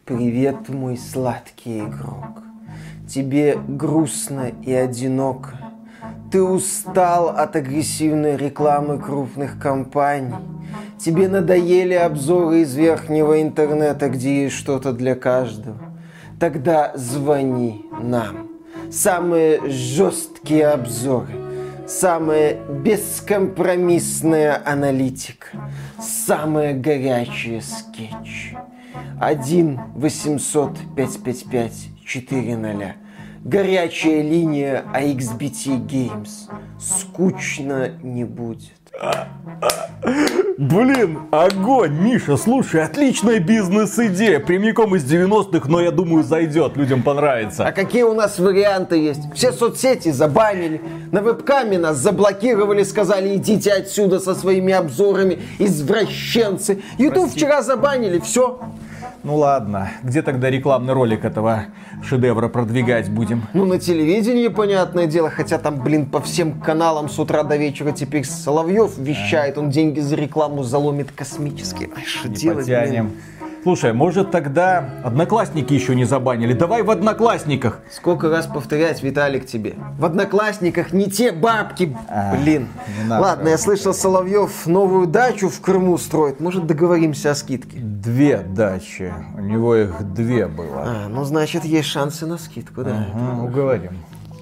Привет, мой сладкий игрок. Тебе грустно и одиноко. Ты устал от агрессивной рекламы крупных компаний. Тебе надоели обзоры из верхнего интернета, где есть что-то для каждого. Тогда звони нам. Самые жесткие обзоры, самая бескомпромиссная аналитика, самые горячие скетчи. 1-800-555-400. Горячая линия AXBT Games. Скучно не будет. Блин, огонь, Миша, слушай, отличная бизнес-идея, прямиком из 90-х, но я думаю зайдет, людям понравится. А какие у нас варианты есть? Все соцсети забанили, на вебкаме нас заблокировали, сказали идите отсюда со своими обзорами, извращенцы. YouTube вчера забанили, все. Ну ладно, где тогда рекламный ролик этого шедевра продвигать будем? Ну на телевидении, понятное дело, хотя там, блин, по всем каналам с утра до вечера теперь Соловьев вещает, он деньги за рекламу заломит космические. Ай, что делать, блин? Слушай, может тогда Одноклассники еще не забанили? Давай в Одноклассниках. Сколько раз повторять, Виталик, тебе? В Одноклассниках не те бабки, блин. Ладно, я слышал, Соловьев новую дачу в Крыму строит. Может, договоримся о скидке? 2 дачи. У него их 2 было. Ну значит, есть шансы на скидку, да. Уговорим.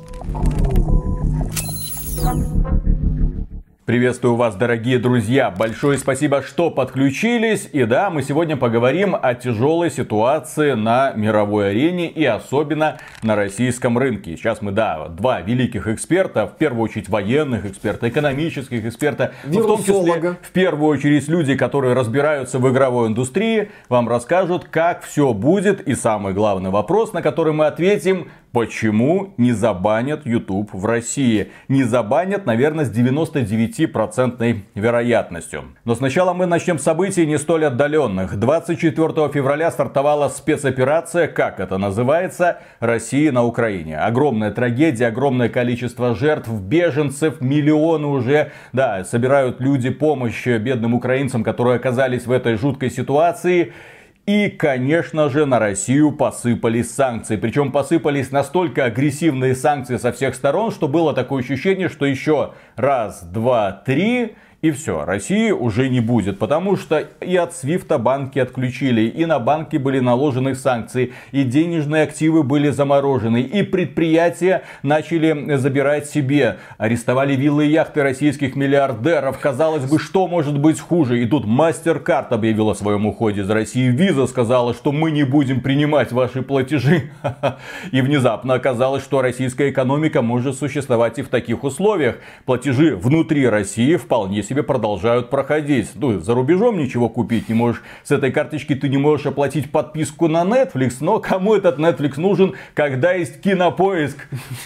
Приветствую вас, дорогие друзья. Большое спасибо, что подключились. И да, мы сегодня поговорим о тяжелой ситуации на мировой арене и особенно на российском рынке. Сейчас мы, 2 великих эксперта, в первую очередь военных эксперта, экономических эксперта, но в том числе, в первую очередь, люди, которые разбираются в игровой индустрии, вам расскажут, как все будет. И самый главный вопрос, на который мы ответим: почему не забанят YouTube в России? Не забанят, наверное, с 99% вероятностью. Но сначала мы начнем с событий не столь отдаленных. 24 февраля стартовала спецоперация, как это называется, Россия на Украине. Огромная трагедия, огромное количество жертв, беженцев, миллионы уже, собирают люди помощь бедным украинцам, которые оказались в этой жуткой ситуации. И, конечно же, на Россию посыпались санкции. Причем посыпались настолько агрессивные санкции со всех сторон, что было такое ощущение, что еще раз, 2, 3... и все, России уже не будет, потому что и от Свифта банки отключили, и на банки были наложены санкции, и денежные активы были заморожены, и предприятия начали забирать себе, арестовали виллы и яхты российских миллиардеров. Казалось бы, что может быть хуже? И тут MasterCard объявила о своем уходе из России, Visa сказала, что мы не будем принимать ваши платежи. И внезапно оказалось, что российская экономика может существовать и в таких условиях. Платежи внутри России вполне себе продолжают проходить. За рубежом ничего купить не можешь. С этой карточки ты не можешь оплатить подписку на Netflix. Но кому этот Netflix нужен, когда есть Кинопоиск?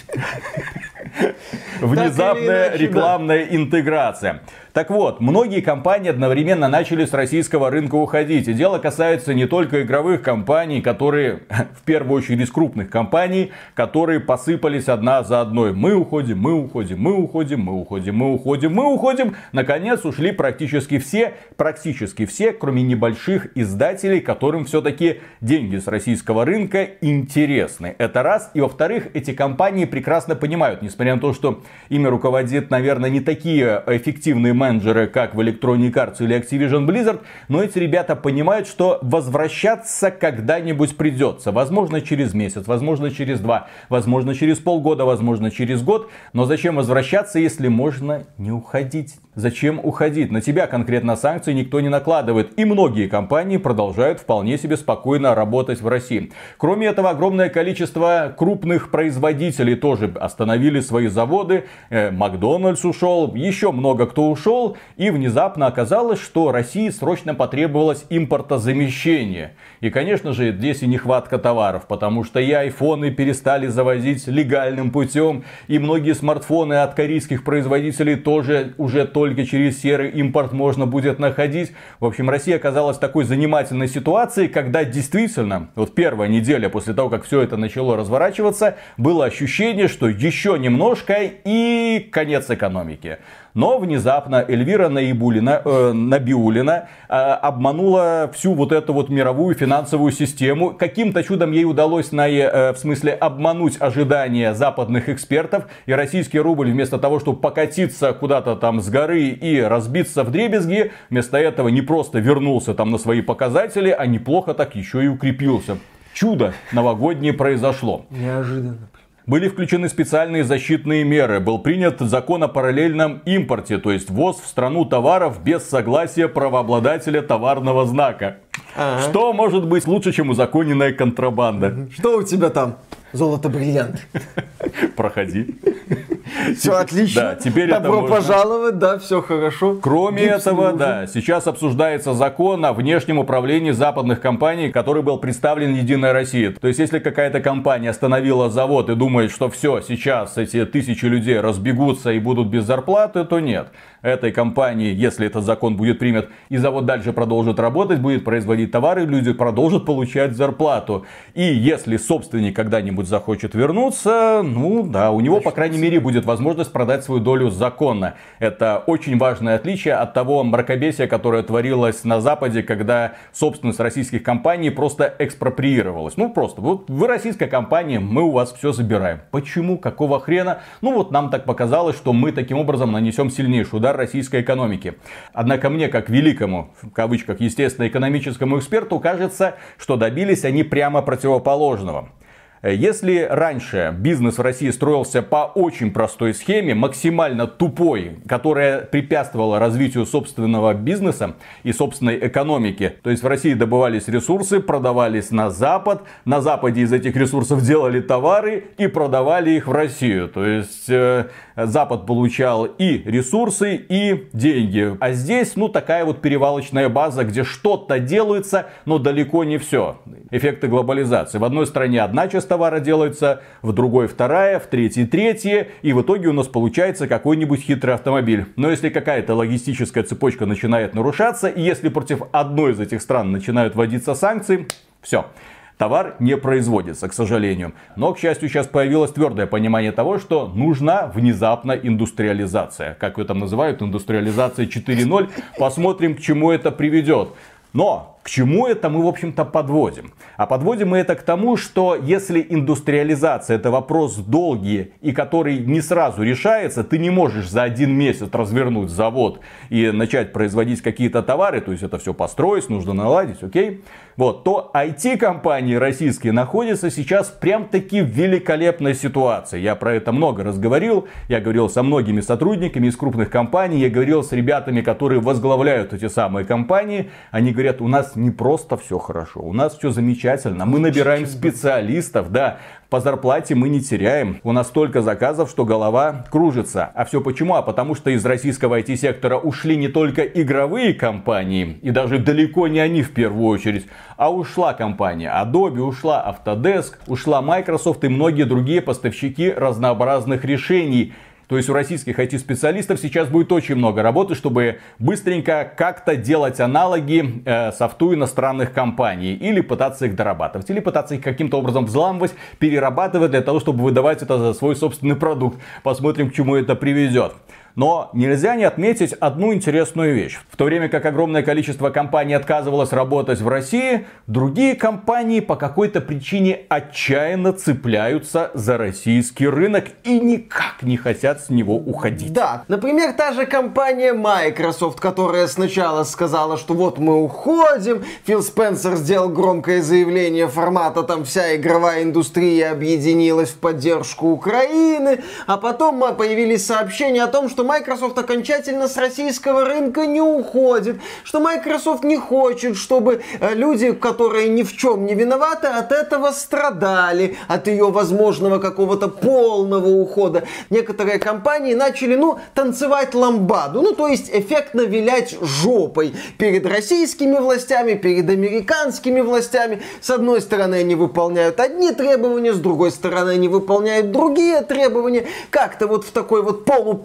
Внезапная рекламная интеграция. Так вот, многие компании одновременно начали с российского рынка уходить. И дело касается не только игровых компаний, которые, в первую очередь, из крупных компаний, которые посыпались одна за одной. Мы уходим, мы уходим, мы уходим, мы уходим, мы уходим, мы уходим. Наконец ушли практически все, кроме небольших издателей, которым все-таки деньги с российского рынка интересны. Это раз. И во-вторых, эти компании прекрасно понимают, несмотря на то, что ими руководит, наверное, не такие эффективные менеджеры, как в Electronic Arts или Activision Blizzard, но эти ребята понимают, что возвращаться когда-нибудь придется. Возможно, через месяц, возможно, через 2, возможно, через полгода, возможно, через год. Но зачем возвращаться, если можно не уходить? Зачем уходить? На тебя конкретно санкции никто не накладывает. И многие компании продолжают вполне себе спокойно работать в России. Кроме этого, огромное количество крупных производителей тоже остановили свои заводы. Макдональдс ушел, еще много кто ушел. И внезапно оказалось, что России срочно потребовалось импортозамещение. И, конечно же, здесь и нехватка товаров, потому что и айфоны перестали завозить легальным путем. И многие смартфоны от корейских производителей тоже уже только через серый импорт можно будет находить. В общем, Россия оказалась в такой занимательной ситуации, когда действительно, первая неделя после того, как все это начало разворачиваться, было ощущение, что еще немножко и конец экономики. Но внезапно Эльвира Набиуллина обманула всю вот эту вот мировую финансовую систему. Каким-то чудом ей удалось обмануть ожидания западных экспертов. И российский рубль вместо того, чтобы покатиться куда-то там с горы и разбиться вдребезги, вместо этого не просто вернулся там на свои показатели, а неплохо так еще и укрепился. Чудо новогоднее произошло. Неожиданно. Были включены специальные защитные меры. Был принят закон о параллельном импорте, то есть ввоз в страну товаров без согласия правообладателя товарного знака. Что может быть лучше, чем узаконенная контрабанда? Что у тебя там? Золото-бриллиант. Проходи. Все отлично. Да, теперь добро пожаловать, да, все хорошо. Кроме этого, да, сейчас обсуждается закон о внешнем управлении западных компаний, который был представлен Единой Россией. То есть, если какая-то компания остановила завод и думает, что все, сейчас эти тысячи людей разбегутся и будут без зарплаты, то нет. Этой компании, если этот закон будет принят, и завод дальше продолжит работать, будет производить товары, люди продолжат получать зарплату. И если собственник когда-нибудь захочет вернуться, ну да, у него, по крайней мере, будет возможность продать свою долю законно. Это очень важное отличие от того мракобесия, которое творилось на Западе, когда собственность российских компаний просто экспроприировалась. Ну просто, вот вы российская компания, мы у вас все забираем. Почему? Какого хрена? Ну вот нам так показалось, что мы таким образом нанесем сильнейший удар российской экономики. Однако мне, как великому, в кавычках, естественно, экономическому эксперту, кажется, что добились они прямо противоположного. Если раньше бизнес в России строился по очень простой схеме, максимально тупой, которая препятствовала развитию собственного бизнеса и собственной экономики, то есть в России добывались ресурсы, продавались на Запад, на Западе из этих ресурсов делали товары и продавали их в Россию. То есть Запад получал и ресурсы, и деньги. А здесь, ну, такая вот перевалочная база, где что-то делается, но далеко не все. Эффекты глобализации. В одной стране одна часть товара делается, в другой вторая, в третьей третья. И в итоге у нас получается какой-нибудь хитрый автомобиль. Но если какая-то логистическая цепочка начинает нарушаться, и если против одной из этих стран начинают вводиться санкции, все. Товар не производится, к сожалению. Но, к счастью, сейчас появилось твердое понимание того, что нужна внезапно индустриализация. Как ее там называют, индустриализация 4.0. Посмотрим, к чему это приведет. Но к чему это мы, в общем-то, подводим? А подводим мы это к тому, что если индустриализация — это вопрос долгий и который не сразу решается, ты не можешь за один месяц развернуть завод и начать производить какие-то товары, то есть это все построить, нужно наладить, окей? Вот, то IT-компании российские находятся сейчас прям-таки в великолепной ситуации. Я про это много раз говорил. Я говорил со многими сотрудниками из крупных компаний. Я говорил с ребятами, которые возглавляют эти самые компании. Они говорят, у нас не просто все хорошо, у нас все замечательно. Мы набираем специалистов, да. По зарплате мы не теряем. У нас столько заказов, что голова кружится. А все почему? А потому что из российского IT-сектора ушли не только игровые компании, и даже далеко не они в первую очередь, а ушла компания Adobe, ушла Autodesk, ушла Microsoft и многие другие поставщики разнообразных решений. То есть у российских IT-специалистов сейчас будет очень много работы, чтобы быстренько как-то делать аналоги софту иностранных компаний. Или пытаться их дорабатывать, или пытаться их каким-то образом взламывать, перерабатывать для того, чтобы выдавать это за свой собственный продукт. Посмотрим, к чему это приведет. Но нельзя не отметить одну интересную вещь. В то время как огромное количество компаний отказывалось работать в России, другие компании по какой-то причине отчаянно цепляются за российский рынок и никак не хотят с него уходить. Да, например, та же компания Microsoft, которая сначала сказала, что вот мы уходим, Фил Спенсер сделал громкое заявление формата там вся игровая индустрия объединилась в поддержку Украины, а потом появились сообщения о том, что Microsoft окончательно с российского рынка не уходит, что Microsoft не хочет, чтобы люди, которые ни в чем не виноваты, от этого страдали, от ее возможного какого-то полного ухода. Некоторые компании начали, танцевать ламбаду, то есть эффектно вилять жопой перед российскими властями, перед американскими властями. С одной стороны, они выполняют одни требования, с другой стороны, они выполняют другие требования. Как-то вот в такой вот полупозиции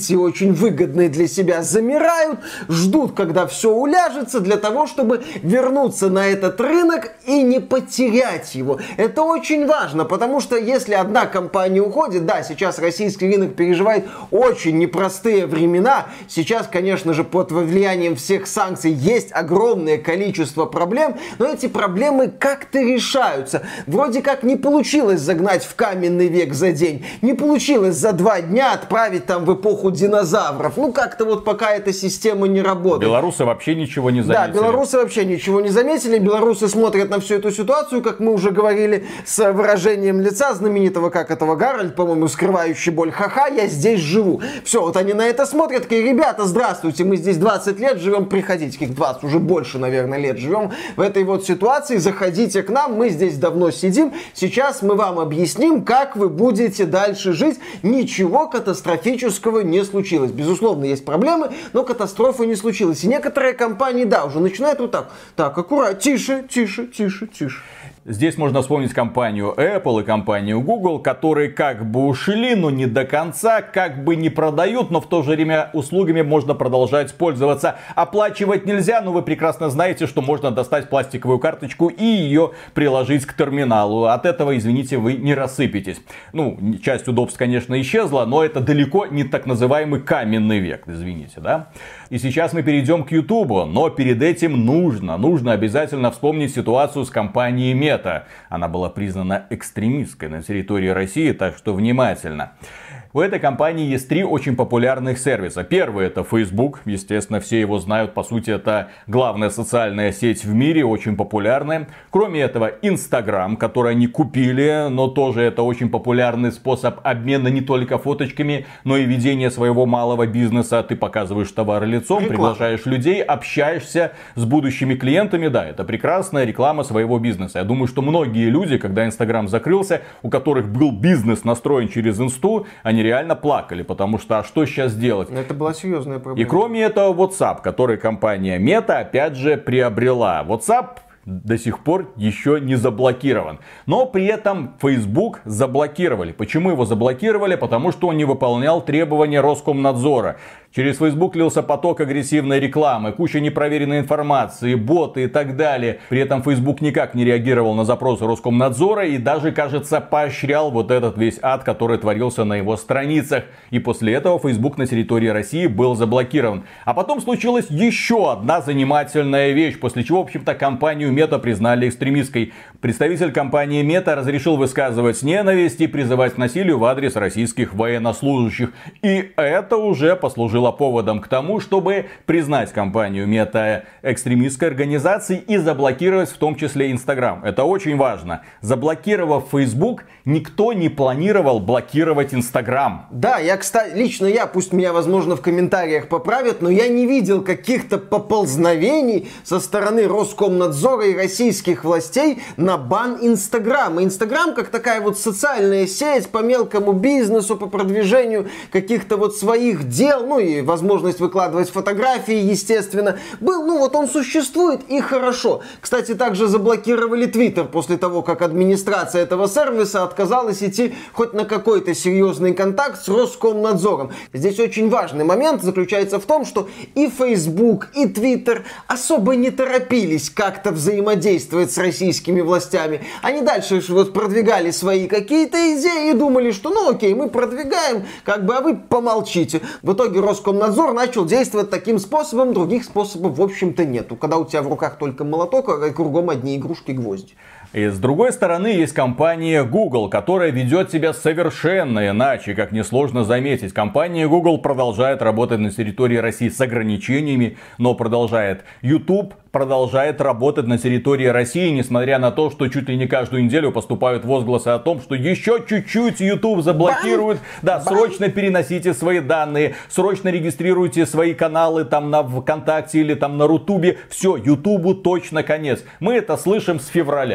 позиции очень выгодные для себя замирают, ждут, когда все уляжется, для того, чтобы вернуться на этот рынок и не потерять его. Это очень важно, потому что если одна компания уходит, да, сейчас российский рынок переживает очень непростые времена. Сейчас, конечно же, под влиянием всех санкций есть огромное количество проблем, но эти проблемы как-то решаются. Вроде как не получилось загнать в каменный век за день, не получилось за 2 дня отправить там в эпоху динозавров. Ну, как-то вот пока эта система не работает. Белорусы вообще ничего не заметили. Да, белорусы вообще ничего не заметили. Белорусы смотрят на всю эту ситуацию, как мы уже говорили, с выражением лица знаменитого, как этого Гарольд, по-моему, скрывающий боль. Ха-ха, я здесь живу. Все, вот они на это смотрят, такие, ребята, здравствуйте, мы здесь 20 лет живем, приходите. Каких 20, уже больше, наверное, лет живем в этой вот ситуации. Заходите к нам, мы здесь давно сидим. Сейчас мы вам объясним, как вы будете дальше жить. Ничего катастрофического не случилось. Безусловно, есть проблемы, но катастрофы не случилось. И некоторые компании, да, уже начинают вот так. Так, аккуратно, тише, тише, тише, тише. Здесь можно вспомнить компанию Apple и компанию Google, которые как бы ушли, но не до конца, как бы не продают, но в то же время услугами можно продолжать пользоваться. Оплачивать нельзя, но вы прекрасно знаете, что можно достать пластиковую карточку и ее приложить к терминалу. От этого, извините, вы не рассыпетесь. Ну, часть удобств, конечно, исчезла, но это далеко не так называемый каменный век, извините, да? И сейчас мы перейдем к YouTube, но перед этим нужно обязательно вспомнить ситуацию с компанией Meta. Она была признана экстремистской на территории России, так что внимательно. У этой компании есть 3 очень популярных сервиса. Первый — это Facebook. Естественно, все его знают. По сути, это главная социальная сеть в мире, очень популярная. Кроме этого, Instagram, который они купили, но тоже это очень популярный способ обмена не только фоточками, но и ведения своего малого бизнеса. Ты показываешь товар лицом, приглашаешь людей, общаешься с будущими клиентами. Да, это прекрасная реклама своего бизнеса. Я думаю, что многие люди, когда Instagram закрылся, у которых был бизнес настроен через инсту, они реально плакали, потому что а что сейчас делать? Это была серьезная проблема. И кроме этого, WhatsApp, который компания Meta опять же приобрела. WhatsApp до сих пор еще не заблокирован. Но при этом Facebook заблокировали. Почему его заблокировали? Потому что он не выполнял требования Роскомнадзора. Через Facebook лился поток агрессивной рекламы, куча непроверенной информации, боты и так далее. При этом Facebook никак не реагировал на запросы Роскомнадзора и даже, кажется, поощрял вот этот весь ад, который творился на его страницах. И после этого Facebook на территории России был заблокирован. А потом случилась еще одна занимательная вещь, после чего, в общем-то, компанию Meta признали экстремистской. Представитель компании Meta разрешил высказывать ненависть и призывать к насилию в адрес российских военнослужащих. И это уже послужило поводом к тому, чтобы признать компанию Meta экстремистской организацией и заблокировать в том числе Instagram. Это очень важно. Заблокировав Facebook, никто не планировал блокировать Instagram. Да, лично я, пусть меня, возможно, в комментариях поправят, но я не видел каких-то поползновений со стороны Роскомнадзора и российских властей на бан Instagram. Instagram как такая вот социальная сеть по мелкому бизнесу, по продвижению каких-то вот своих дел, ну и возможность выкладывать фотографии, естественно, был, ну вот он существует и хорошо. Кстати, также заблокировали Twitter после того, как администрация этого сервиса отказалась идти хоть на какой-то серьезный контакт с Роскомнадзором. Здесь очень важный момент заключается в том, что и Facebook, и Twitter особо не торопились как-то взаимодействовать с российскими властями. Они дальше вот продвигали свои какие-то идеи и думали, что ну окей, мы продвигаем, как бы, а вы помолчите. В итоге Роскомнадзор начал действовать таким способом, других способов в общем-то нету. Когда у тебя в руках только молоток, а кругом одни игрушки-гвозди. И с другой стороны есть компания Google, которая ведет себя совершенно иначе, как несложно заметить. Компания Google продолжает работать на территории России с ограничениями, но продолжает. YouTube продолжает работать на территории России, несмотря на то, что чуть ли не каждую неделю поступают возгласы о том, что еще чуть-чуть YouTube заблокируют. Да, срочно переносите свои данные, срочно регистрируйте свои каналы там на ВКонтакте или там на Рутубе. Все, YouTube'у точно конец. Мы это слышим с февраля.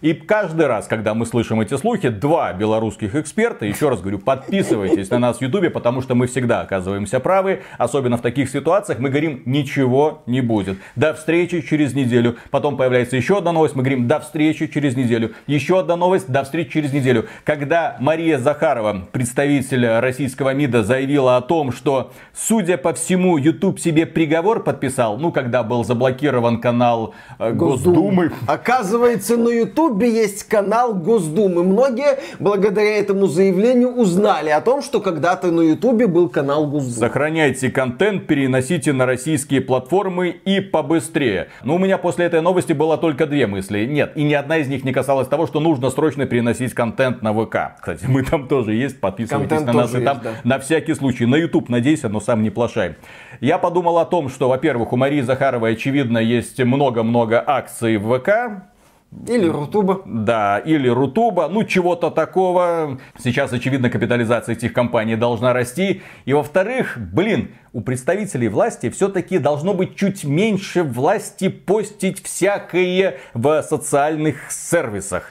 И каждый раз, когда мы слышим эти слухи, два белорусских эксперта, еще раз говорю, подписывайтесь на нас в Ютубе, потому что мы всегда оказываемся правы, особенно в таких ситуациях, мы говорим, ничего не будет. До встречи через неделю. Потом появляется еще одна новость, мы говорим, до встречи через неделю. Еще одна новость, до встречи через неделю. Когда Мария Захарова, представитель российского МИДа, заявила о том, что, судя по всему, YouTube себе приговор подписал, когда был заблокирован канал Госдумы. Оказывается, на Ютубе есть канал Госдумы. Многие благодаря этому заявлению узнали о том, что когда-то на Ютубе был канал Госдумы. Сохраняйте контент, переносите на российские платформы и побыстрее. Но у меня после этой новости было только две мысли. Нет, и ни одна из них не касалась того, что нужно срочно переносить контент на ВК. Кстати, мы там тоже есть, подписывайтесь контент на нас и там, да. На всякий случай. На YouTube, надейся, но сам не плашай. Я подумал о том, что, во-первых, у Марии Захаровой, очевидно, есть много-много акций в ВК. Или Рутуба. Да, или Рутуба, чего-то такого. Сейчас, очевидно, капитализация этих компаний должна расти. И во-вторых, у представителей власти все-таки должно быть чуть меньше власти постить всякое в социальных сервисах.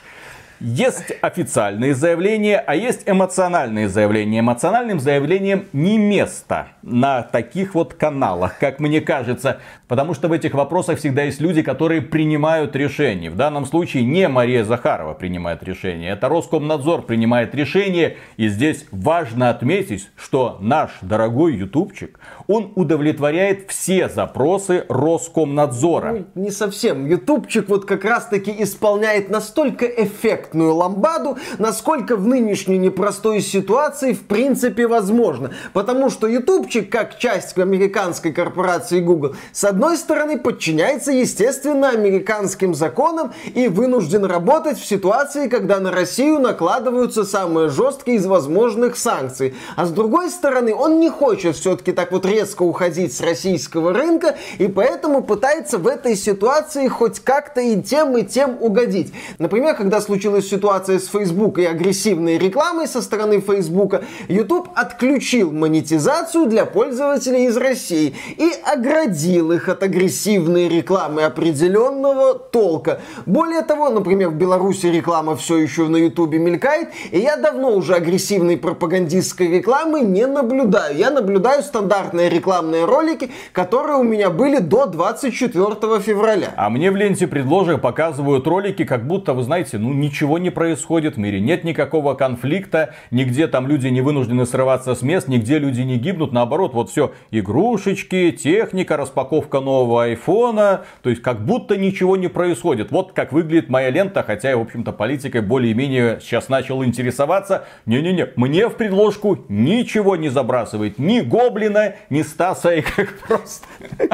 Есть официальные заявления, а есть эмоциональные заявления. Эмоциональным заявлениям не место на таких вот каналах, как мне кажется. Потому что в этих вопросах всегда есть люди, которые принимают решения. В данном случае не Мария Захарова принимает решение. Это Роскомнадзор принимает решение. И здесь важно отметить, что наш дорогой ютубчик, он удовлетворяет все запросы Роскомнадзора. Не совсем. Ютубчик как раз таки исполняет настолько эффектную ламбаду, насколько в нынешней непростой ситуации в принципе возможно. Потому что ютубчик, как часть американской корпорации Google, с одной стороны подчиняется, естественно, американским законам и вынужден работать в ситуации, когда на Россию накладываются самые жесткие из возможных санкций. А с другой стороны, он не хочет все-таки так резко уходить с российского рынка, и поэтому пытается в этой ситуации хоть как-то и тем угодить. Например, когда случилась ситуация с Facebook и агрессивной рекламой со стороны Facebook, YouTube отключил монетизацию для пользователей из России и оградил их от агрессивной рекламы определенного толка. Более того, например, в Беларуси реклама все еще на YouTube мелькает, и я давно уже агрессивной пропагандистской рекламы не наблюдаю. Я наблюдаю стандартные рекламные ролики, которые у меня были до 24 февраля. А мне в ленте предложек показывают ролики, как будто, вы знаете, ничего не происходит в мире. Нет никакого конфликта, нигде там люди не вынуждены срываться с мест, нигде люди не гибнут. Наоборот, все игрушечки, техника, распаковка нового айфона. То есть, как будто ничего не происходит. Вот как выглядит моя лента, хотя я, в общем-то, политикой более-менее сейчас начал интересоваться. Не-не-не, мне в предложку ничего не забрасывает. Ни Гоблина, ни Стаса, и как просто.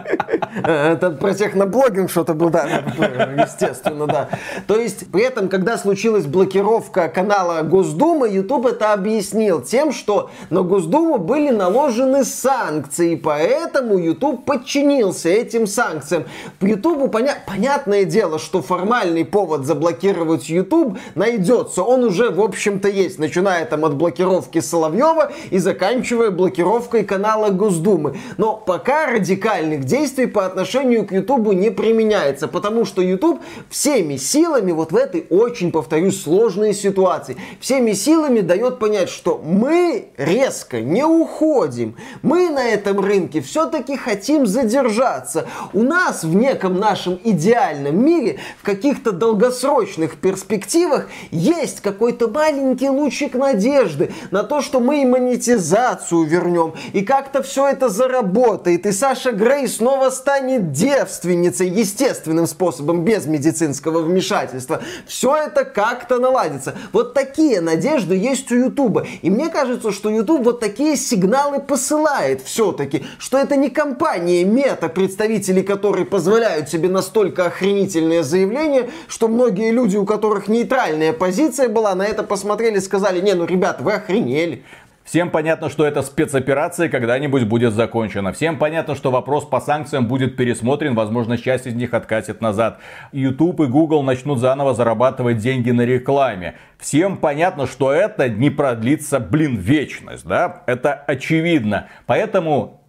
Это про техноблогинг что-то было, да, естественно, да. То есть, при этом, когда случилась блокировка канала Госдумы, YouTube это объяснил тем, что на Госдуму были наложены санкции, поэтому YouTube подчинился этим санкциям. По YouTube понятное дело, что формальный повод заблокировать YouTube найдется. Он уже, в общем-то, есть, начиная от блокировки Соловьева и заканчивая блокировкой канала Госдумы. Но пока радикальных действий по отношению к YouTube не применяется, потому что YouTube всеми силами в этой очень, повторюсь, сложной ситуации, всеми силами дает понять, что мы резко не уходим. Мы на этом рынке все-таки хотим задержаться. У нас в неком нашем идеальном мире, в каких-то долгосрочных перспективах есть какой-то маленький лучик надежды на то, что мы и монетизацию вернем, и как-то все это заработает, и Саша Грей снова станет девственницей естественным способом, без медицинского вмешательства. Все это как-то наладится. Вот такие надежды есть у Ютуба. И мне кажется, что Ютуб вот такие сигналы посылает все-таки, что это не компания Мета, представители которой позволяют себе настолько охренительные заявления, что многие люди, у которых нейтральная позиция была, на это посмотрели и сказали: не, ребята, вы охренели. Всем понятно, что эта спецоперация когда-нибудь будет закончена. Всем понятно, что вопрос по санкциям будет пересмотрен. Возможно, часть из них откатит назад. YouTube и Google начнут заново зарабатывать деньги на рекламе. Всем понятно, что это не продлится, вечность, да? Это очевидно. Поэтому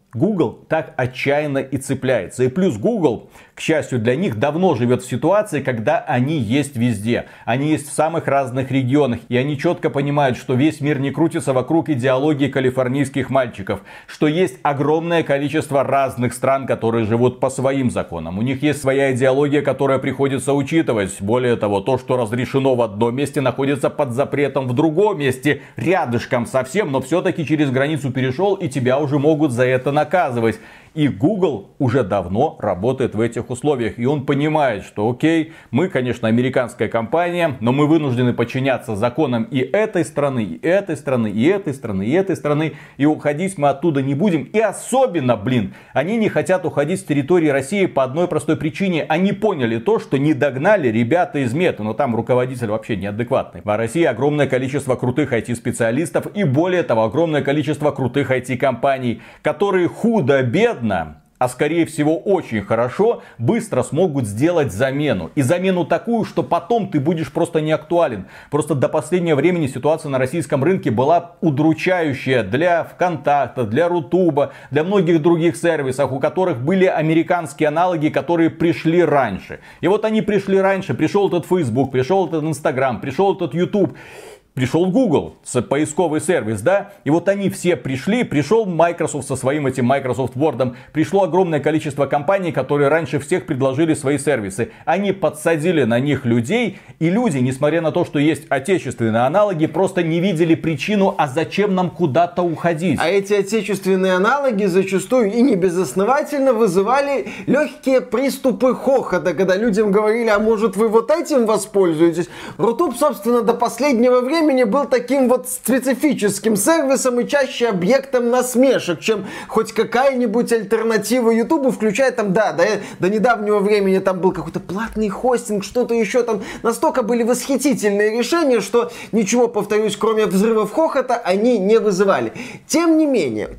Google так отчаянно и цепляется. И плюс Google, к счастью для них, давно живет в ситуации, когда они есть везде. Они есть в самых разных регионах. И они четко понимают, что весь мир не крутится вокруг идеологии калифорнийских мальчиков. Что есть огромное количество разных стран, которые живут по своим законам. У них есть своя идеология, которая приходится учитывать. Более того, то, что разрешено в одном месте, находится под запретом в другом месте. Рядышком совсем, но все-таки через границу перешел, и тебя уже могут за это наказывать. И Google уже давно работает в этих условиях. И он понимает, что окей, мы, конечно, американская компания, но мы вынуждены подчиняться законам и этой страны, и этой страны, и этой страны, и этой страны. И уходить мы оттуда не будем. И особенно, они не хотят уходить с территории России по одной простой причине. Они поняли то, что не догнали ребята из Меты. Но там руководитель вообще неадекватный. В России огромное количество крутых IT-специалистов. И более того, огромное количество крутых IT-компаний, которые худо-бедно, а скорее всего очень хорошо, быстро смогут сделать замену. И замену такую, что потом ты будешь просто не актуален. Просто до последнего времени ситуация на российском рынке была удручающая для ВКонтакта, для Рутуба, для многих других сервисов, у которых были американские аналоги, которые пришли раньше. И вот они пришли раньше, пришел этот Facebook, пришел этот Instagram, пришел этот YouTube. Пришел Google, поисковый сервис, да, и вот они все пришли, пришел Microsoft со своим этим Microsoft Word, пришло огромное количество компаний, которые раньше всех предложили свои сервисы. Они подсадили на них людей, и люди, несмотря на то, что есть отечественные аналоги, просто не видели причину, а зачем нам куда-то уходить. А эти отечественные аналоги зачастую и не безосновательно вызывали легкие приступы хохота, когда людям говорили, а может вы вот этим воспользуетесь? Рутуб, собственно, до последнего времени был таким вот специфическим сервисом и чаще объектом насмешек, чем хоть какая-нибудь альтернатива Ютубу, включая там, до недавнего времени там был какой-то платный хостинг, что-то еще там. Настолько были восхитительные решения, что ничего, повторюсь, кроме взрывов хохота, они не вызывали. Тем не менее,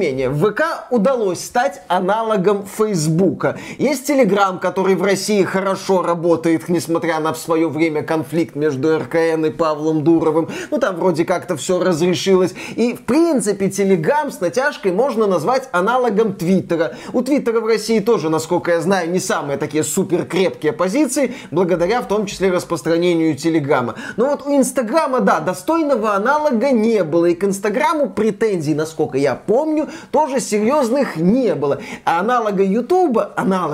в ВК удалось стать аналогом Фейсбука. Есть Телеграм, который в России хорошо работает, несмотря на в свое время конфликт между РКН и Павлом Дуровым. Ну, там вроде как-то все разрешилось. И, в принципе, Telegram с натяжкой можно назвать аналогом Твиттера. У Твиттера в России тоже, насколько я знаю, не самые такие супер крепкие позиции, благодаря в том числе распространению Телеграма. Но вот у Инстаграма, достойного аналога не было. И к Инстаграму претензий, насколько я помню, тоже серьезных не было. А аналога Ютуба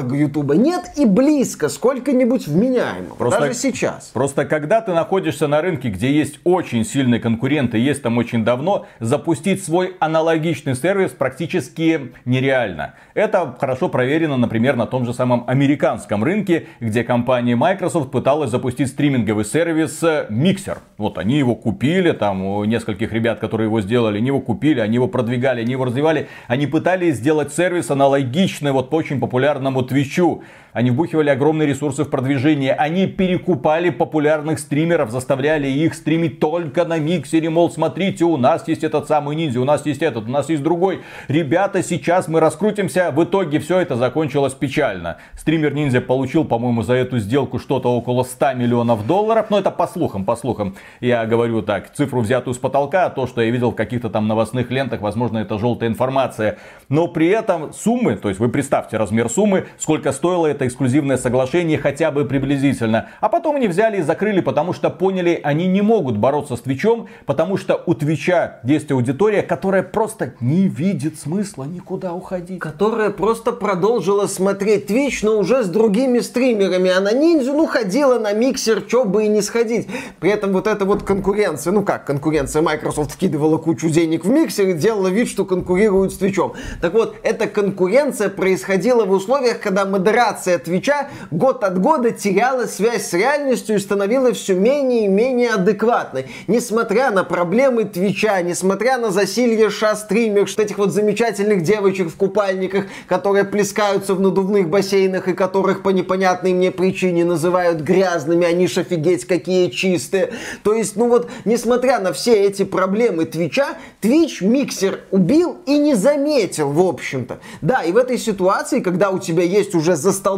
нет и близко сколько-нибудь вменяемого. Даже сейчас. Просто когда ты находишься на рынке, где есть очень сильные конкуренты, есть там очень давно, запустить свой аналогичный сервис практически нереально. Это хорошо проверено, например, на том же самом американском рынке, где компания Microsoft пыталась запустить стриминговый сервис Mixer. Вот они его купили, там у нескольких ребят, которые его сделали, они его купили, они его продвигали, они его развивали. Они пытались сделать сервис аналогичный вот по очень популярному Твичу. Они вбухивали огромные ресурсы в продвижение. Они перекупали популярных стримеров, заставляли их стримить только на миксере. Мол, смотрите, у нас есть этот самый ниндзя, у нас есть этот, у нас есть другой. Ребята, сейчас мы раскрутимся. В итоге все это закончилось печально. Стример ниндзя получил, по-моему, за эту сделку что-то около 100 миллионов долларов. Но это по слухам. Я говорю так, цифру взятую с потолка. А то, что я видел в каких-то там новостных лентах, возможно, это желтая информация. Но при этом суммы, то есть вы представьте размер суммы, сколько стоило это эксклюзивное соглашение хотя бы приблизительно. А потом они взяли и закрыли, потому что поняли, они не могут бороться с Твичом, потому что у Твича есть аудитория, которая просто не видит смысла никуда уходить. Которая просто продолжила смотреть Твич, но уже с другими стримерами. А на ниндзю, ходила на миксер, чё бы и не сходить. При этом вот эта вот конкуренция, конкуренция, Microsoft вкидывала кучу денег в миксер и делала вид, что конкурирует с Твичом. Так вот, эта конкуренция происходила в условиях, когда модерация Твича год от года теряла связь с реальностью и становилась все менее и менее адекватной. Несмотря на проблемы Твича, несмотря на засилье стримерш, этих вот замечательных девочек в купальниках, которые плескаются в надувных бассейнах и которых по непонятной мне причине называют грязными, они ж офигеть какие чистые. То есть, несмотря на все эти проблемы Твича, Твич миксер убил и не заметил, в общем-то. Да, и в этой ситуации, когда у тебя есть уже застолбенный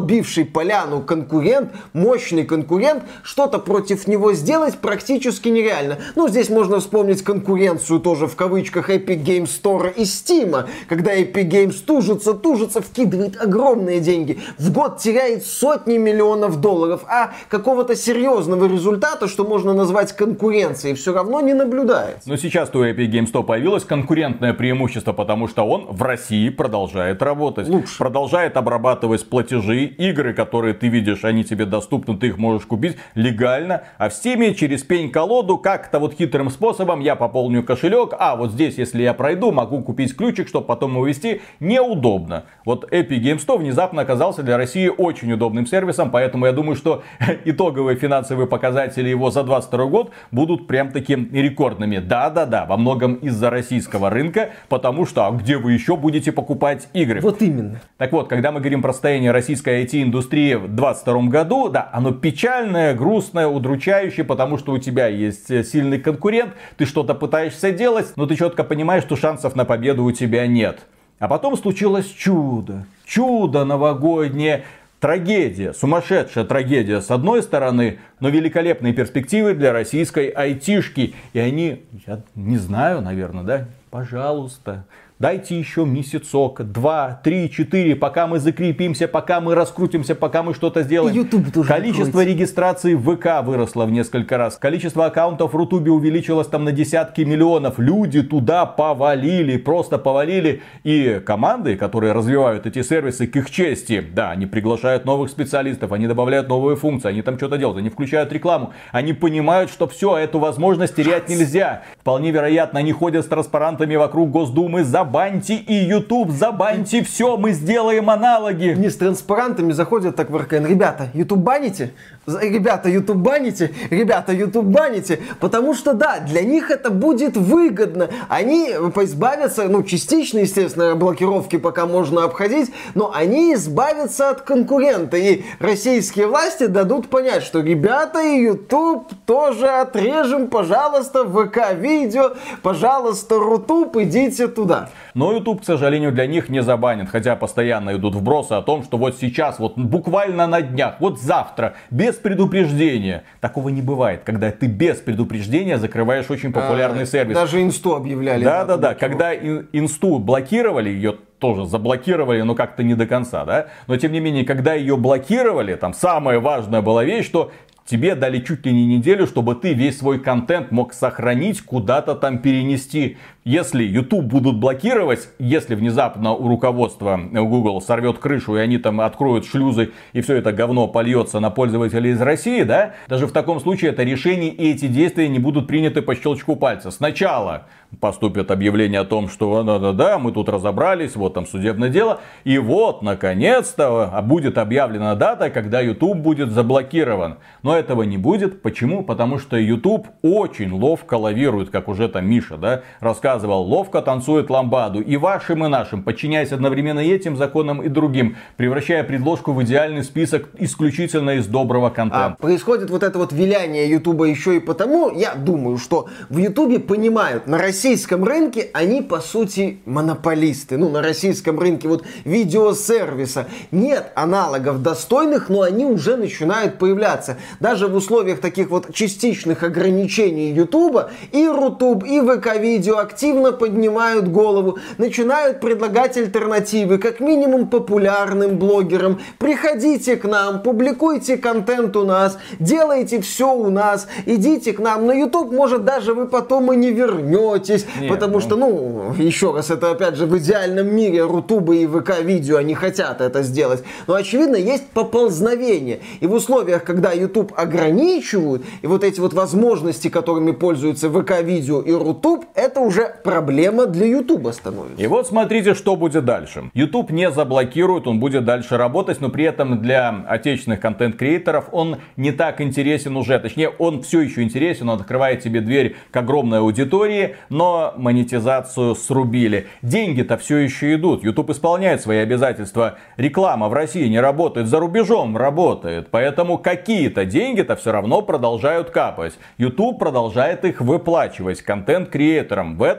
столбивший поляну конкурент, мощный конкурент, что-то против него сделать практически нереально. Ну, здесь можно вспомнить конкуренцию тоже в кавычках Epic Games Store и Steam, когда Epic Games тужится, вкидывает огромные деньги, в год теряет сотни миллионов долларов, а какого-то серьезного результата, что можно назвать конкуренцией, все равно не наблюдается. Но сейчас у Epic Games Store появилось конкурентное преимущество, потому что он в России продолжает работать. Лучше. Продолжает обрабатывать платежи, игры, которые ты видишь, они тебе доступны, ты их можешь купить легально. А в Steam через пень-колоду как-то вот хитрым способом я пополню кошелек, а вот здесь, если я пройду, могу купить ключик, чтобы потом его ввести. Неудобно. Вот Epic Games Store внезапно оказался для России очень удобным сервисом, поэтому я думаю, что итоговые финансовые показатели его за 2022 год будут прям таким рекордными. Да, во многом из-за российского рынка, потому что где вы еще будете покупать игры? Вот именно. Так вот, когда мы говорим про состояние российской IT-индустрии в 2022 году, да, оно печальное, грустное, удручающее, потому что у тебя есть сильный конкурент, ты что-то пытаешься делать, но ты четко понимаешь, что шансов на победу у тебя нет. А потом случилось чудо. Чудо новогоднее. Трагедия, сумасшедшая трагедия с одной стороны, но великолепные перспективы для российской айтишки. И они, я не знаю, наверное, да, пожалуйста, дайте еще месяцок, 2, 3, 4, пока мы закрепимся, пока мы раскрутимся, пока мы что-то сделаем. Количество регистраций в ВК выросло в несколько раз. Количество аккаунтов в Рутубе увеличилось там на десятки миллионов. Люди туда повалили, просто повалили. И команды, которые развивают эти сервисы, к их чести, да, они приглашают новых специалистов, они добавляют новые функции, они там что-то делают, они включают рекламу. Они понимают, что все, эту возможность терять нельзя. Вполне вероятно, они ходят с транспарантами вокруг Госдумы: забаньте и YouTube, забаньте все, мы сделаем аналоги. Не с транспарантами заходят так в РКН: ребята, YouTube баните? Ребята, YouTube баните? Ребята, YouTube баните? Потому что, да, для них это будет выгодно. Они избавятся, частично, естественно, блокировки пока можно обходить, но они избавятся от конкурента. И российские власти дадут понять, что, ребята, и YouTube тоже отрежем, пожалуйста, ВК-видео, пожалуйста, Рутуб, идите туда. Но YouTube, к сожалению, для них не забанит, хотя постоянно идут вбросы о том, что вот сейчас, вот буквально на днях, вот завтра, без предупреждения. Такого не бывает, когда ты без предупреждения закрываешь очень популярный сервис. Даже инсту объявляли. Да. Когда инсту блокировали, ее тоже заблокировали, но как-то не до конца, да? Но тем не менее, когда ее блокировали, там самая важная была вещь, что тебе дали чуть ли не неделю, чтобы ты весь свой контент мог сохранить, куда-то там перенести. Если YouTube будут блокировать, если внезапно у руководства Google сорвет крышу и они там откроют шлюзы и все это говно польется на пользователей из России, да, даже в таком случае это решение и эти действия не будут приняты по щелчку пальца. Сначала поступит объявление о том, что да, мы тут разобрались, вот там судебное дело, и вот, наконец-то, будет объявлена дата, когда YouTube будет заблокирован. Но этого не будет. Почему? Потому что YouTube очень ловко лавирует, как уже там Миша, да, рассказывал, ловко танцует ламбаду. И вашим, и нашим, подчиняясь одновременно и этим законам, и другим, превращая предложку в идеальный список исключительно из доброго контента. Происходит вот это вот виляние YouTube еще и потому, я думаю, что в YouTube понимают, на российском рынке они, по сути, монополисты. На российском рынке вот видеосервиса нет аналогов достойных, но они уже начинают появляться. Даже в условиях таких вот частичных ограничений YouTube и Рутуб, и ВК-видео активно поднимают голову, начинают предлагать альтернативы, как минимум популярным блогерам. Приходите к нам, публикуйте контент у нас, делайте все у нас, идите к нам. На YouTube, может, даже вы потом и не вернетесь, потому что, еще раз, это опять же в идеальном мире Рутуба и ВК-видео, они хотят это сделать. Но, очевидно, есть поползновение. И в условиях, когда YouTube ограничивают, и вот эти вот возможности, которыми пользуются ВК-видео и Рутуб, это уже проблема для YouTube становится. И вот смотрите, что будет дальше. YouTube не заблокирует, он будет дальше работать, но при этом для отечественных контент-креаторов он не так интересен уже. Точнее, он все еще интересен, он открывает тебе дверь к огромной аудитории, но монетизацию срубили. Деньги-то все еще идут. YouTube исполняет свои обязательства. Реклама в России не работает, за рубежом работает. Поэтому какие-то деньги-то все равно продолжают капать. YouTube продолжает их выплачивать контент-креаторам. В этом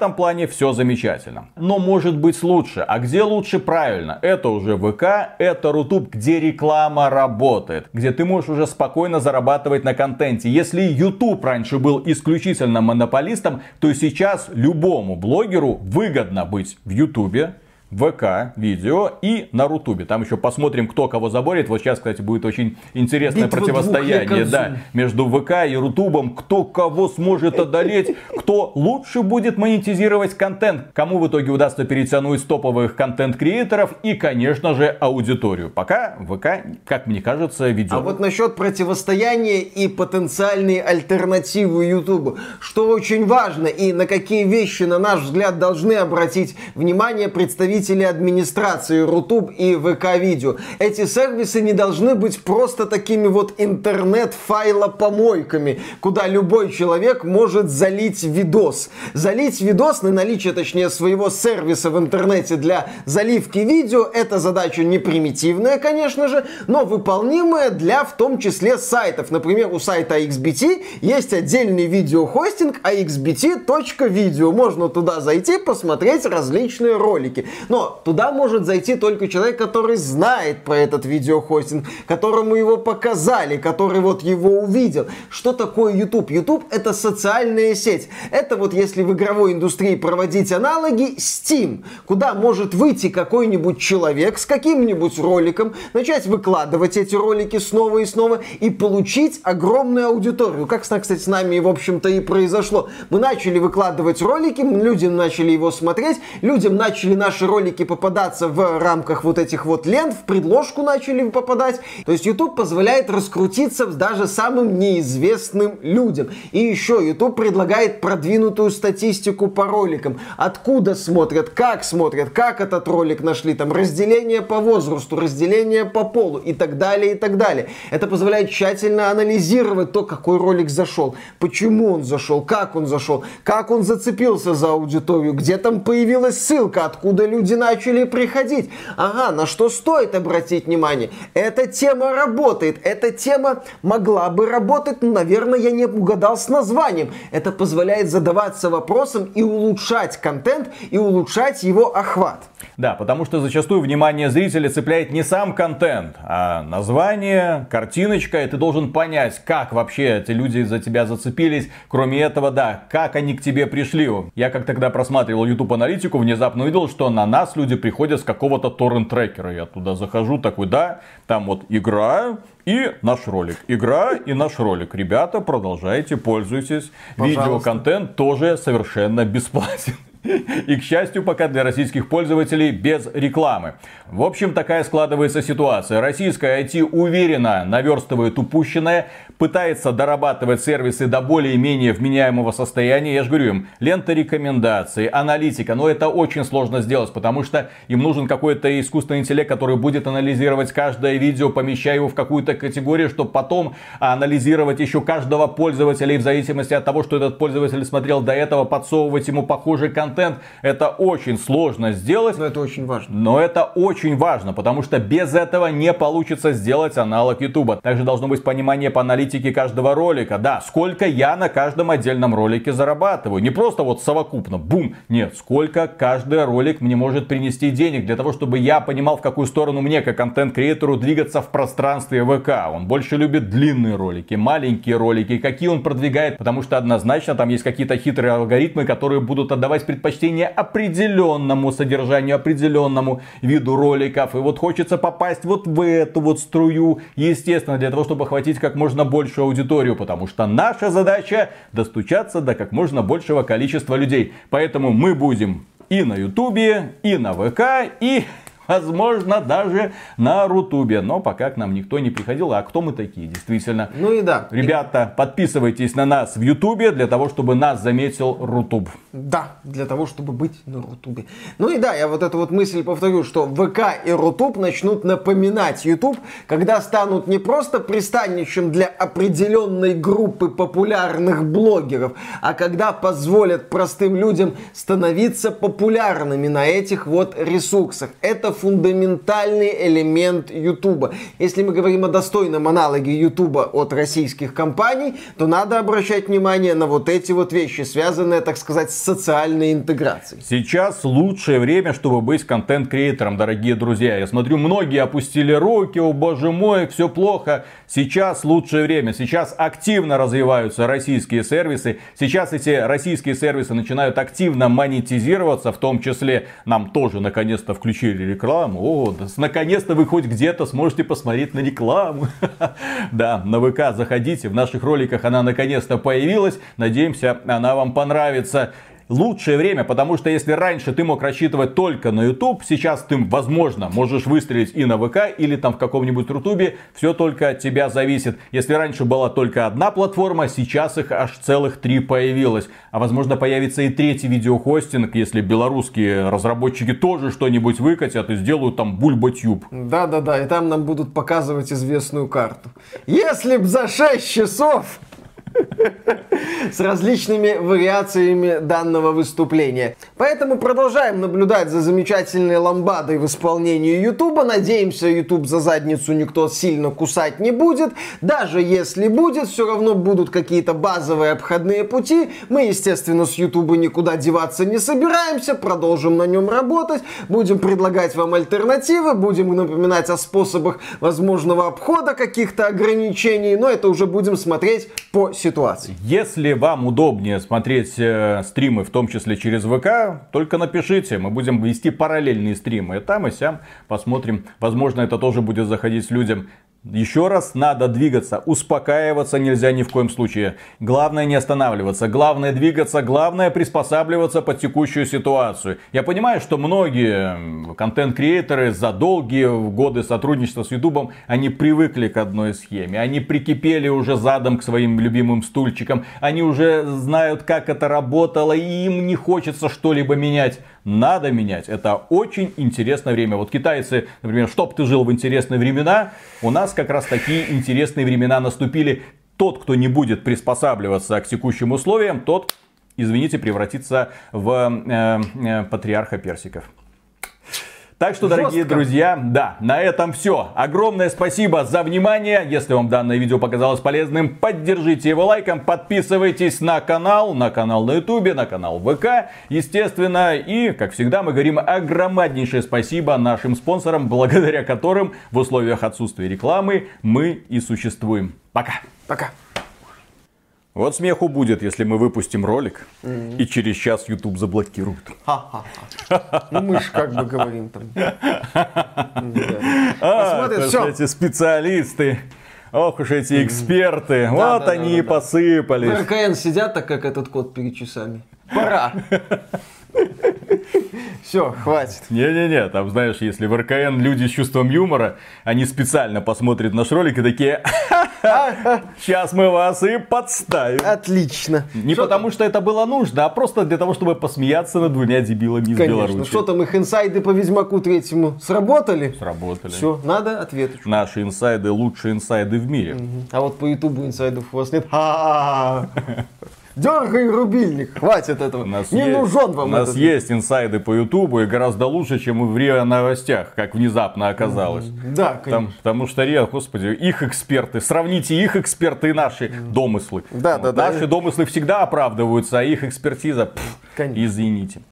этом плане все замечательно. Но может быть лучше. А где лучше? Правильно. Это уже ВК, это Рутуб, где реклама работает. Где ты можешь уже спокойно зарабатывать на контенте. Если YouTube раньше был исключительно монополистом, то сейчас любому блогеру выгодно быть в Ютубе, ВК, видео и на Рутубе. Там еще посмотрим, кто кого заборет. Вот сейчас, кстати, будет очень интересное противостояние, да, между ВК и Рутубом. Кто кого сможет одолеть, кто лучше будет монетизировать контент. Кому в итоге удастся перетянуть топовых контент-креаторов и, конечно же, аудиторию. Пока ВК, как мне кажется, ведет. А вот насчет противостояния и потенциальной альтернативы Ютубу. Что очень важно и на какие вещи, на наш взгляд, должны обратить внимание представители администрации Рутуб и ВК-видео. Эти сервисы не должны быть просто такими вот интернет-файлопомойками, куда любой человек может залить видос. Залить видос, на наличие, точнее, своего сервиса в интернете для заливки видео, это задача не примитивная, конечно же, но выполнимая для, в том числе, сайтов. Например, у сайта XBT есть отдельный видеохостинг axbt.video. Можно туда зайти, посмотреть различные ролики. Но туда может зайти только человек, который знает про этот видеохостинг, которому его показали, который вот его увидел. Что такое YouTube? YouTube — это социальная сеть. Это вот если в игровой индустрии проводить аналоги, Steam, куда может выйти какой-нибудь человек с каким-нибудь роликом, начать выкладывать эти ролики снова и снова и получить огромную аудиторию. Как, кстати, с нами, в общем-то, и произошло. Мы начали выкладывать ролики, люди начали его смотреть, людям начали наши ролики попадаться в рамках вот этих вот лент, в предложку начали попадать. То есть YouTube позволяет раскрутиться даже самым неизвестным людям. И еще YouTube предлагает продвинутую статистику по роликам. Откуда смотрят, как этот ролик нашли, там разделение по возрасту, разделение по полу и так далее, и так далее. Это позволяет тщательно анализировать то, какой ролик зашел, почему он зашел, как он зацепился за аудиторию, где там появилась ссылка, откуда люди начали приходить. Ага, на что стоит обратить внимание? Эта тема работает. Эта тема могла бы работать, но, наверное, я не угадал с названием. Это позволяет задаваться вопросом и улучшать контент, и улучшать его охват. Да, потому что зачастую внимание зрителя цепляет не сам контент, а название, картиночка, и ты должен понять, как вообще эти люди за тебя зацепились. Кроме этого, да, как они к тебе пришли. Я как тогда просматривал YouTube аналитику, внезапно увидел, что на нас люди приходят с какого-то торрент-трекера. Я туда захожу, такой, да, там вот игра и наш ролик. Игра и наш ролик. Ребята, продолжайте, пользуйтесь. Пожалуйста. Видеоконтент тоже совершенно бесплатен. И, к счастью, пока для российских пользователей без рекламы. В общем, такая складывается ситуация. Российская IT уверенно наверстывает упущенное, пытается дорабатывать сервисы до более-менее вменяемого состояния. Я же говорю им, лента рекомендаций, аналитика. Но это очень сложно сделать, потому что им нужен какой-то искусственный интеллект, который будет анализировать каждое видео, помещая его в какую-то категорию, чтобы потом анализировать еще каждого пользователя. И в зависимости от того, что этот пользователь смотрел до этого, подсовывать ему похожий контент. Это очень сложно сделать. Но это очень важно. Но это очень важно, потому что без этого не получится сделать аналог YouTube. Также должно быть понимание по аналитике каждого ролика. Да, сколько я на каждом отдельном ролике зарабатываю. Не просто вот совокупно, бум. Нет, сколько каждый ролик мне может принести денег. Для того, чтобы я понимал, в какую сторону мне, как контент-креатору, двигаться в пространстве ВК. Он больше любит длинные ролики, маленькие ролики. Какие он продвигает. Потому что однозначно там есть какие-то хитрые алгоритмы, которые будут отдавать предпочтение определенному содержанию, определенному виду роликов. И вот хочется попасть вот в эту вот струю. Естественно, для того, чтобы охватить как можно большую аудиторию. Потому что наша задача достучаться до как можно большего количества людей. Поэтому мы будем и на Ютубе, и на ВК, и... возможно, даже на Рутубе. Но пока к нам никто не приходил. А кто мы такие, действительно? Ну и да. Ребята, подписывайтесь на нас в Ютубе, для того, чтобы нас заметил Рутуб. Да, для того, чтобы быть на Рутубе. Ну и да, я вот эту вот мысль повторю, что ВК и Рутуб начнут напоминать Ютуб, когда станут не просто пристанищем для определенной группы популярных блогеров, а когда позволят простым людям становиться популярными на этих вот ресурсах. Это фундаментальный элемент Ютуба. Если мы говорим о достойном аналоге Ютуба от российских компаний, то надо обращать внимание на вот эти вот вещи, связанные, так сказать, с социальной интеграцией. Сейчас лучшее время, чтобы быть контент-креатором, дорогие друзья. Я смотрю, многие опустили руки, о боже мой, все плохо. Сейчас лучшее время. Сейчас активно развиваются российские сервисы. Сейчас эти российские сервисы начинают активно монетизироваться. В том числе нам тоже наконец-то включили рекламу. О, да, наконец-то вы хоть где-то сможете посмотреть на рекламу. Да, на ВК заходите. В наших роликах она наконец-то появилась. Надеемся, она вам понравится. Лучшее время, потому что если раньше ты мог рассчитывать только на YouTube, сейчас ты, возможно, можешь выстрелить и на ВК, или там в каком-нибудь Рутубе. Все только от тебя зависит. Если раньше была только одна платформа, сейчас их аж целых 3 появилось. А возможно появится и третий видеохостинг, если белорусские разработчики тоже что-нибудь выкатят и сделают там Бульботюб. Да-да-да, и там нам будут показывать известную карту. Если б за 6 часов... с различными вариациями данного выступления. Поэтому продолжаем наблюдать за замечательной ламбадой в исполнении Ютуба. Надеемся, Ютуб за задницу никто сильно кусать не будет. Даже если будет, все равно будут какие-то базовые обходные пути. Мы, естественно, с Ютуба никуда деваться не собираемся. Продолжим на нем работать. Будем предлагать вам альтернативы. Будем напоминать о способах возможного обхода каких-то ограничений. Но это уже будем смотреть по ситуации. Если вам удобнее смотреть стримы, в том числе через ВК, только напишите. Мы будем вести параллельные стримы. И там, и сям посмотрим. Возможно, это тоже будет заходить людям. Еще раз, надо двигаться, успокаиваться нельзя ни в коем случае. Главное не останавливаться, главное двигаться, главное приспосабливаться под текущую ситуацию. Я понимаю, что многие контент-креаторы за долгие годы сотрудничества с Ютубом, они привыкли к одной схеме. Они прикипели уже задом к своим любимым стульчикам. Они уже знают, как это работало, и им не хочется что-либо менять. Надо менять. Это очень интересное время. Вот китайцы, например, чтоб ты жил в интересные времена, у нас как раз такие интересные времена наступили. Тот, кто не будет приспосабливаться к текущим условиям, тот, извините, превратится в патриарха персиков. Так что, дорогие друзья, да, на этом все. Огромное спасибо за внимание. Если вам данное видео показалось полезным, поддержите его лайком. Подписывайтесь на канал на ютубе, на канал ВК, естественно. И, как всегда, мы говорим огромнейшее спасибо нашим спонсорам, благодаря которым в условиях отсутствия рекламы мы и существуем. Пока. Пока. Вот смеху будет, если мы выпустим ролик, и через час YouTube заблокируют. Ха-ха-ха. Ну мы же как бы говорим там. Посмотрим, все. Эти специалисты, ох уж эти эксперты, вот они и посыпались. В РКН сидят так, как этот кот перед часами. Пора. Все, хватит. Не-не-не, там, знаешь, если в РКН люди с чувством юмора, они специально посмотрят наш ролик и такие: сейчас мы вас и подставим. Отлично. Не потому, что это было нужно, а просто для того, чтобы посмеяться над двумя дебилами из Беларуси. Что там, их инсайды по Ведьмаку 3 сработали? Сработали. Все, надо ответочку. Наши инсайды лучшие инсайды в мире. А вот по Ютубу инсайдов у вас нет. Дергай рубильник, хватит этого. Не нужен вам. У нас есть инсайды по Ютубу и гораздо лучше, чем в РИА Новостях, как внезапно оказалось. Да, конечно. Потому что РИА, господи, их эксперты, сравните их эксперты и наши домыслы. Да. Наши домыслы всегда оправдываются, а их экспертиза, извините.